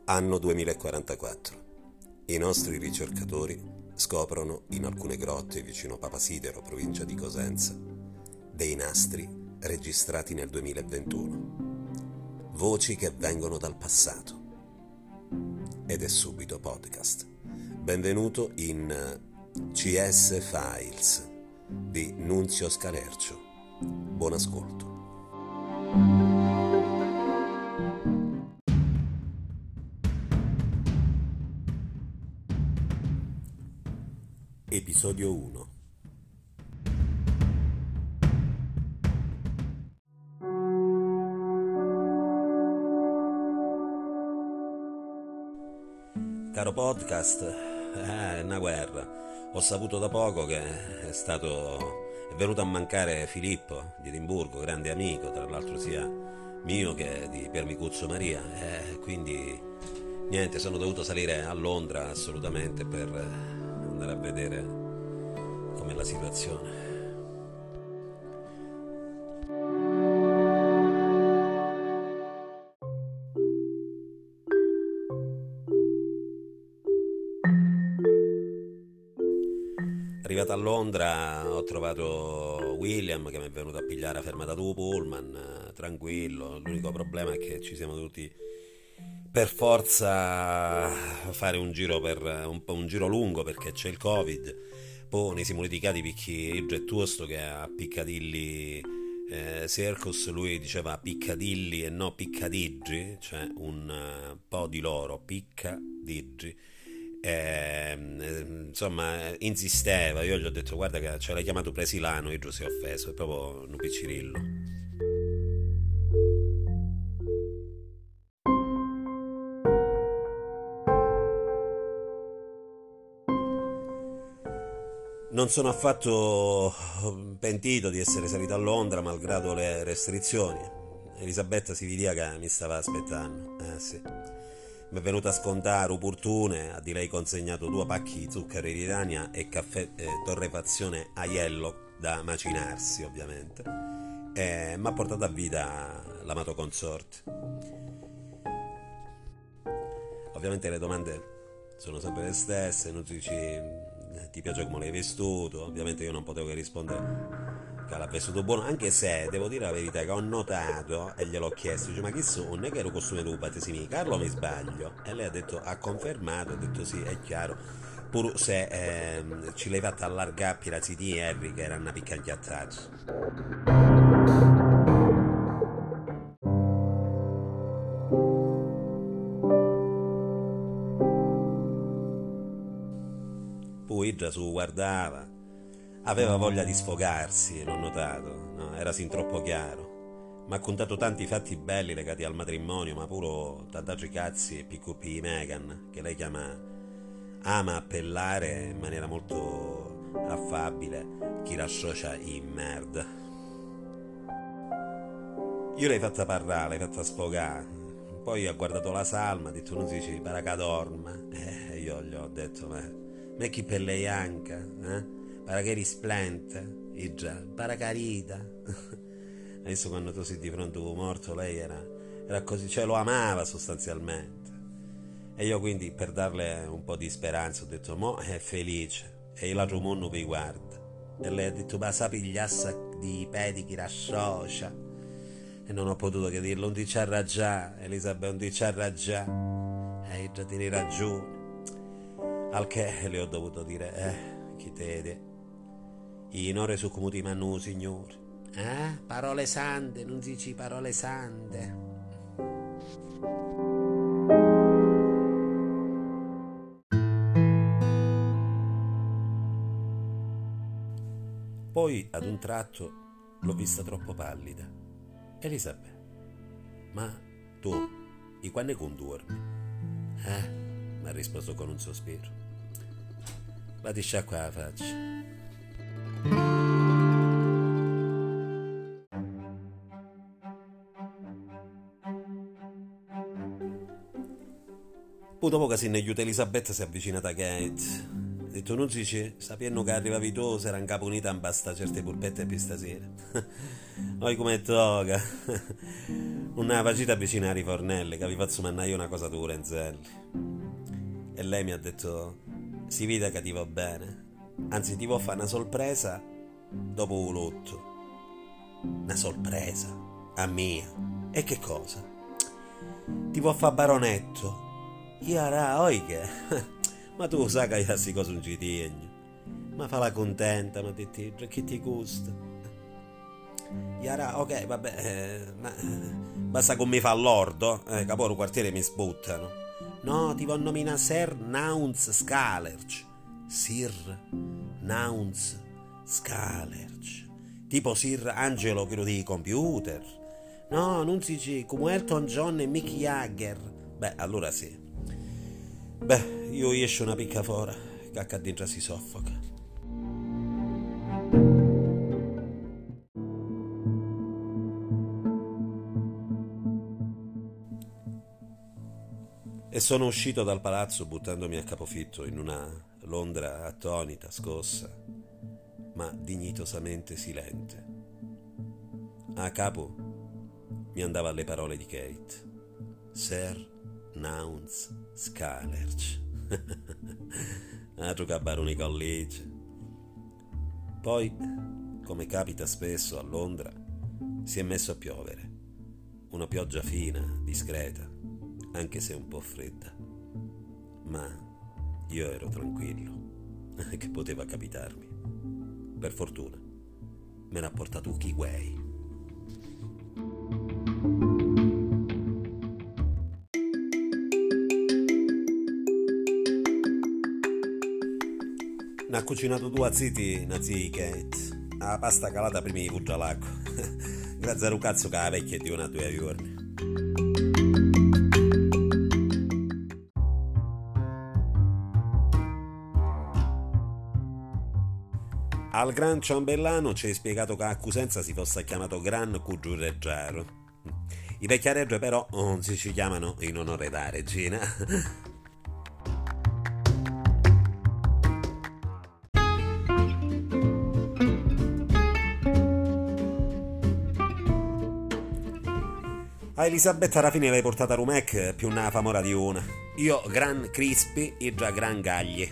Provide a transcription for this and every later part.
Anno 2044. I nostri ricercatori scoprono in alcune grotte vicino Papasidero, provincia di Cosenza, dei nastri registrati nel 2021. Voci che vengono dal passato. Ed è subito podcast. Benvenuto in CS Files di Nunzio Scalercio. Buon ascolto. Episodio 1. Caro podcast, è una guerra. Ho saputo da poco che è venuto a mancare Filippo di Edimburgo, grande amico, tra l'altro sia mio che di Piermicuzzo Maria, quindi niente, sono dovuto salire a Londra assolutamente per andare a vedere com'è la situazione. Arrivato a Londra ho trovato William che mi è venuto a pigliare a fermata du pullman, tranquillo. L'unico problema è che ci siamo dovuti per forza fare un giro un giro lungo perché c'è il Covid. Poi nei siamo litigati perché il gettuosto che a Piccadilly Circus lui diceva Piccadilly e no Piccadiggi, cioè un po' di loro, Piccadilly. Insomma insisteva, io gli ho detto guarda che ce l'hai chiamato Presilano, io si è offeso, è proprio un piccirillo. Non sono affatto pentito di essere salito a Londra malgrado le restrizioni. Elisabetta si vede che mi stava aspettando, sì. Mi è venuta a scontare opportune, a di lei consegnato 2 pacchi di zucchero iridania e caffè torrefazione aiello da macinarsi ovviamente, e mi ha portato a vita l'amato consorte. Ovviamente le domande sono sempre le stesse, non dici ti piace come l'hai vestuto, ovviamente io non potevo che rispondere che l'ha vestito buono, anche se devo dire la verità che ho notato e gliel'ho chiesto, dice ma chi sono? Non è che ero costume tu battesimi, Carlo mi sbaglio? E lei ha detto, ha confermato, ha detto sì, è chiaro, pur se ci l'hai fatta allargare per la CD Harry che era una piccanchiattaccia. Poi già su guardava, aveva voglia di sfogarsi, l'ho notato, no? Era sin troppo chiaro. Mi ha contato tanti fatti belli legati al matrimonio, ma pure tantaggi cazzi e piccupi di Meghan, che lei ama appellare in maniera molto affabile chi la socia in merda. Io l'hai fatta parlare, l'hai fatta sfogare. Poi ha guardato la salma, ha detto non si dice paracadorma. Io gli ho detto ma chi per lei anche, para che risplente, e già, paracarita. Adesso quando tu sei di fronte a un morto, lei era così, cioè lo amava sostanzialmente. E io quindi per darle un po' di speranza ho detto mo è felice e l'altro mondo vi guarda. E lei ha detto ma sa pigliassa di pedi chi rassocia. E non ho potuto che dirlo, non ti c'ha ragione, Elisabetta, non ti c'ha ragione. E già tieni ragione. Al che le ho dovuto dire, chi te vede? In ore su come ti manno, signore. Parole sante, non dici parole sante. Poi ad un tratto l'ho vista troppo pallida. Elisabetta, ma tu, e quando è che dormi? Mi ha risposto con un sospiro. Vatti sciacqua la faccia. Poi dopo che si ne aiuta Elisabetta si è avvicinata a Kate detto non si dice, sapendo che arrivavi tu, si era incaponita in basta certe polpette per stasera. Poi come toga. Una facita vicina a rifornelle, che vi faccio mannare una cosa dura in zelli. E lei mi ha detto, si vede che ti va bene. Anzi, ti vuoi fare una sorpresa dopo il lutto. Una sorpresa? A mia. E che cosa? Ti vuoi fare baronetto. Io ara, oi che? Ma tu sai che io queste cose non ci tengo. Ma falla contenta, ma che ti gusta? Yara, ok, vabbè, ma basta con mi fa l'ordo, che poi il quartiere mi sbuttano. No, ti voglio nominare Sir Nouns Scalerch. Sir Nouns Scalerch. Tipo Sir Angelo, quello di computer. No, non si dice come Elton John e Mick Jagger. Beh, allora sì. Beh, io esco una picca fora, che a dentro si soffoca. E sono uscito dal palazzo buttandomi a capofitto in una Londra attonita, scossa, ma dignitosamente silente. A capo mi andava le parole di Kate. Sir Nouns Scalerch. Altro che baroni college. Poi, come capita spesso a Londra, si è messo a piovere. Una pioggia fina, discreta, anche se un po' fredda. Ma io ero tranquillo, che poteva capitarmi. Per fortuna, me l'ha portato Kiway. Ne ha cucinato due ziti, nazi Kate. La pasta calata prima di fuggia l'acqua. Grazie a un cazzo che la vecchia di una 2 giorni. Al gran ciambellano ci hai spiegato che a Cusenza si fosse chiamato Gran Cugiureggiaro. I vecchiareggi però non si ci chiamano in onore da regina. A Elisabetta alla fine l'hai portata a Rumec più una famora di una. Io Gran Crispi e già Gran Gagli.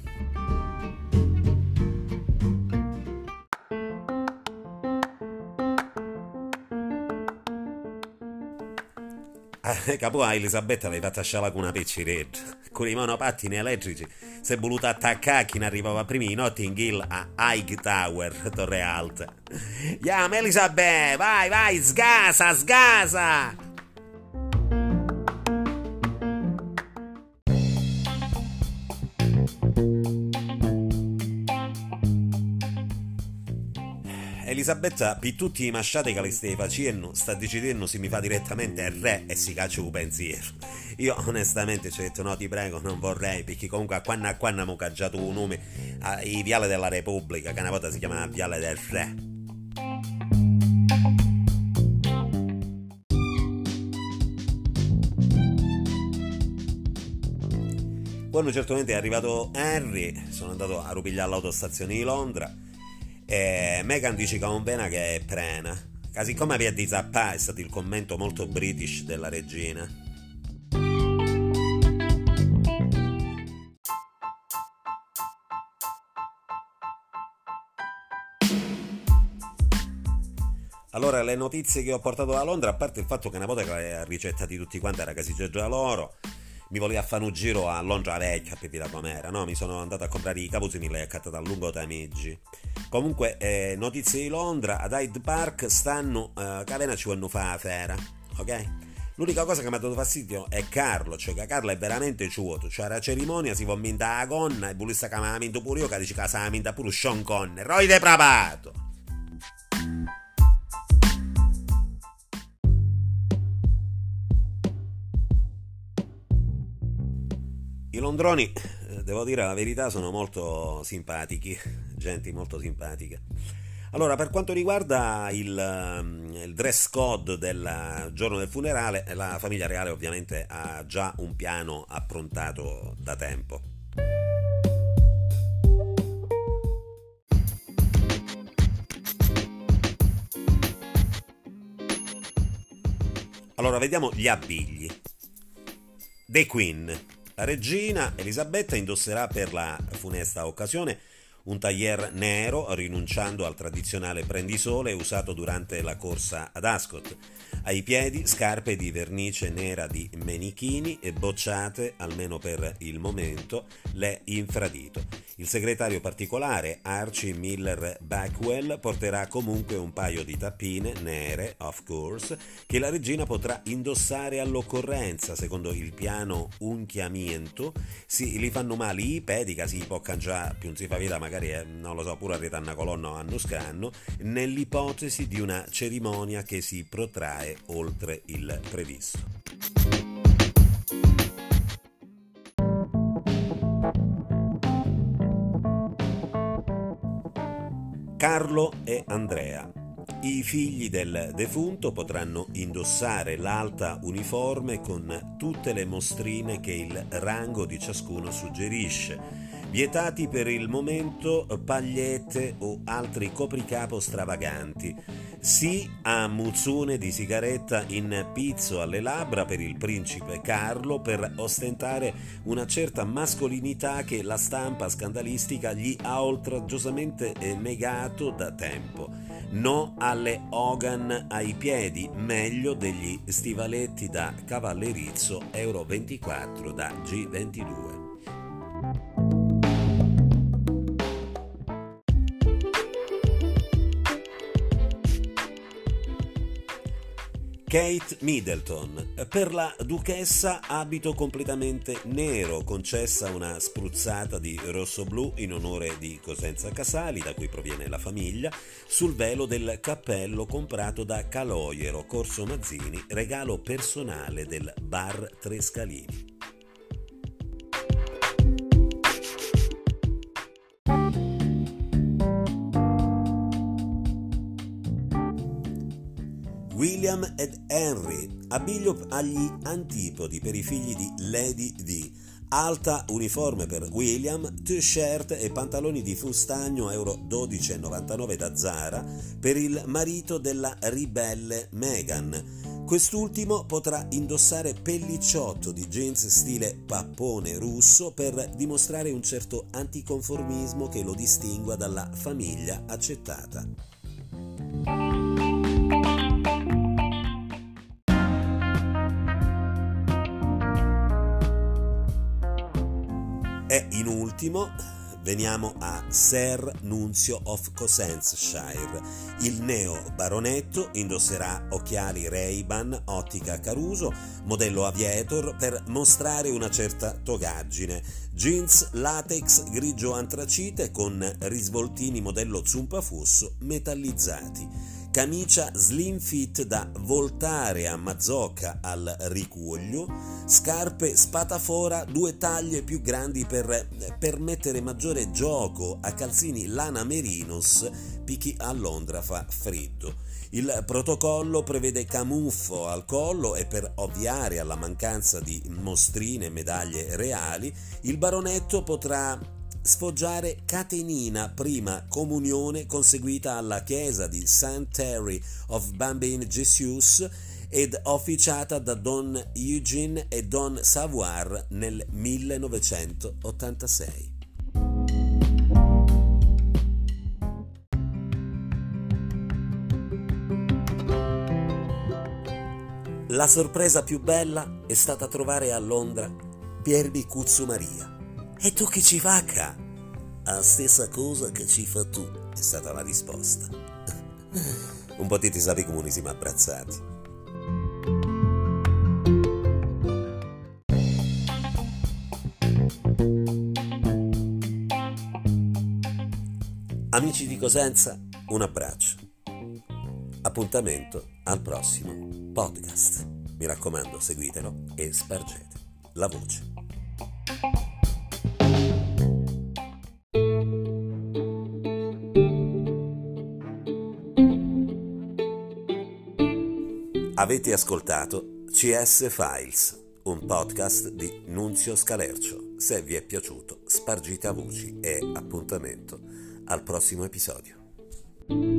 Capo a Elisabetta l'hai fatta sciala con una peccireggia. Con i monopattini elettrici si è voluta attaccare chi ne arrivava prima di Notting Hill a High Tower, Torre Alta. Chiama Elisabetta, vai, vai, sgasa, sgasa! Elisabetta, per tutti i masciati che le stai facendo, sta decidendo se mi fa direttamente il re e si caccia un pensiero. Io onestamente ci ho detto no, ti prego, non vorrei, perché comunque a quando abbiamo caggiato un nome ai Viale della Repubblica, che una volta si chiamava Viale del Re. Quando certamente è arrivato Harry, sono andato a rupigliare l'autostazione di Londra. E Meghan dice con pena che è prena. Che siccome via di zappà è stato il commento molto british della regina. Allora, le notizie che ho portato da Londra, a parte il fatto che una volta che le ha ricettati tutti quanti era che si già loro, mi voleva fare un giro a Londra Vecchia per vedere com'era, no? Mi sono andato a comprare i capusini e le ho accattato a lungo Tamigi. Comunque, notizie di Londra, ad Hyde Park stanno, che avena ci vanno fare la fiera, ok? L'unica cosa che mi ha dato fastidio è Carlo, cioè che Carlo è veramente ciuoto, cioè alla cerimonia si va a mintare la gonna e volesse che mi ha minto pure io, che dice che si ha minta pure Sean Connery, roi depravato! I londroni, devo dire la verità, sono molto simpatici, genti molto simpatiche. Allora, per quanto riguarda il dress code del giorno del funerale, la famiglia reale ovviamente ha già un piano approntato da tempo. Allora, vediamo gli abbigli. The Queen. La regina Elisabetta indosserà per la funesta occasione un tailleur nero, rinunciando al tradizionale prendisole usato durante la corsa ad Ascot. Ai piedi scarpe di vernice nera di Menichini e bocciate, almeno per il momento, le infradito. Il segretario particolare, Archie Miller Backwell, porterà comunque un paio di tappine nere, of course, che la regina potrà indossare all'occorrenza. Secondo il piano unchiamiento, li fanno male i piedi, che si può cangiare più non si fa vita, magari non lo so, pure a ritanna colonna o anno scanno, nell'ipotesi di una cerimonia che si protrae oltre il previsto. Carlo e Andrea. I figli del defunto potranno indossare l'alta uniforme con tutte le mostrine che il rango di ciascuno suggerisce. Vietati per il momento pagliette o altri copricapo stravaganti. Sì a muzzone di sigaretta in pizzo alle labbra per il principe Carlo, per ostentare una certa mascolinità che la stampa scandalistica gli ha oltraggiosamente negato da tempo. No alle Hogan ai piedi, meglio degli stivaletti da cavallerizzo Euro 24 da G22. Kate Middleton. Per la duchessa abito completamente nero, concessa una spruzzata di rosso-blu in onore di Cosenza Casali, da cui proviene la famiglia, sul velo del cappello comprato da Caloiero, Corso Mazzini, regalo personale del bar Tre Scalini. William ed Henry, abbiglio agli antipodi per i figli di Lady D. Alta uniforme per William, t-shirt e pantaloni di fustagno Euro 12,99 da Zara per il marito della ribelle Meghan. Quest'ultimo potrà indossare pellicciotto di jeans stile pappone russo per dimostrare un certo anticonformismo che lo distingua dalla famiglia accettata. E in ultimo veniamo a Sir Nunzio of Cosenza. Il neo baronetto indosserà occhiali Ray-Ban, ottica Caruso, modello Aviator per mostrare una certa togaggine, jeans latex grigio antracite con risvoltini modello Zumpafusso metallizzati, camicia slim fit da voltare a mazzocca al ricuoglio, scarpe spatafora 2 taglie più grandi per permettere maggiore gioco a calzini lana merinos, picchi a Londra fa freddo. Il protocollo prevede camuffo al collo e per ovviare alla mancanza di mostrine e medaglie reali, il baronetto potrà sfoggiare catenina prima comunione conseguita alla chiesa di St. Terry of Bambin Jesus ed officiata da Don Eugene e Don Savoir nel 1986. La sorpresa più bella è stata trovare a Londra Pierbi Cuzzumaria. E tu chi ci fa qua? La stessa cosa che ci fa tu, è stata la risposta. Un po' ti sapi come ne siamo abbracciati. Amici di Cosenza, un abbraccio. Appuntamento al prossimo podcast. Mi raccomando, seguitelo e spargete la voce. Avete ascoltato CS Files, un podcast di Nunzio Scalercio. Se vi è piaciuto, spargite a voci e appuntamento al prossimo episodio.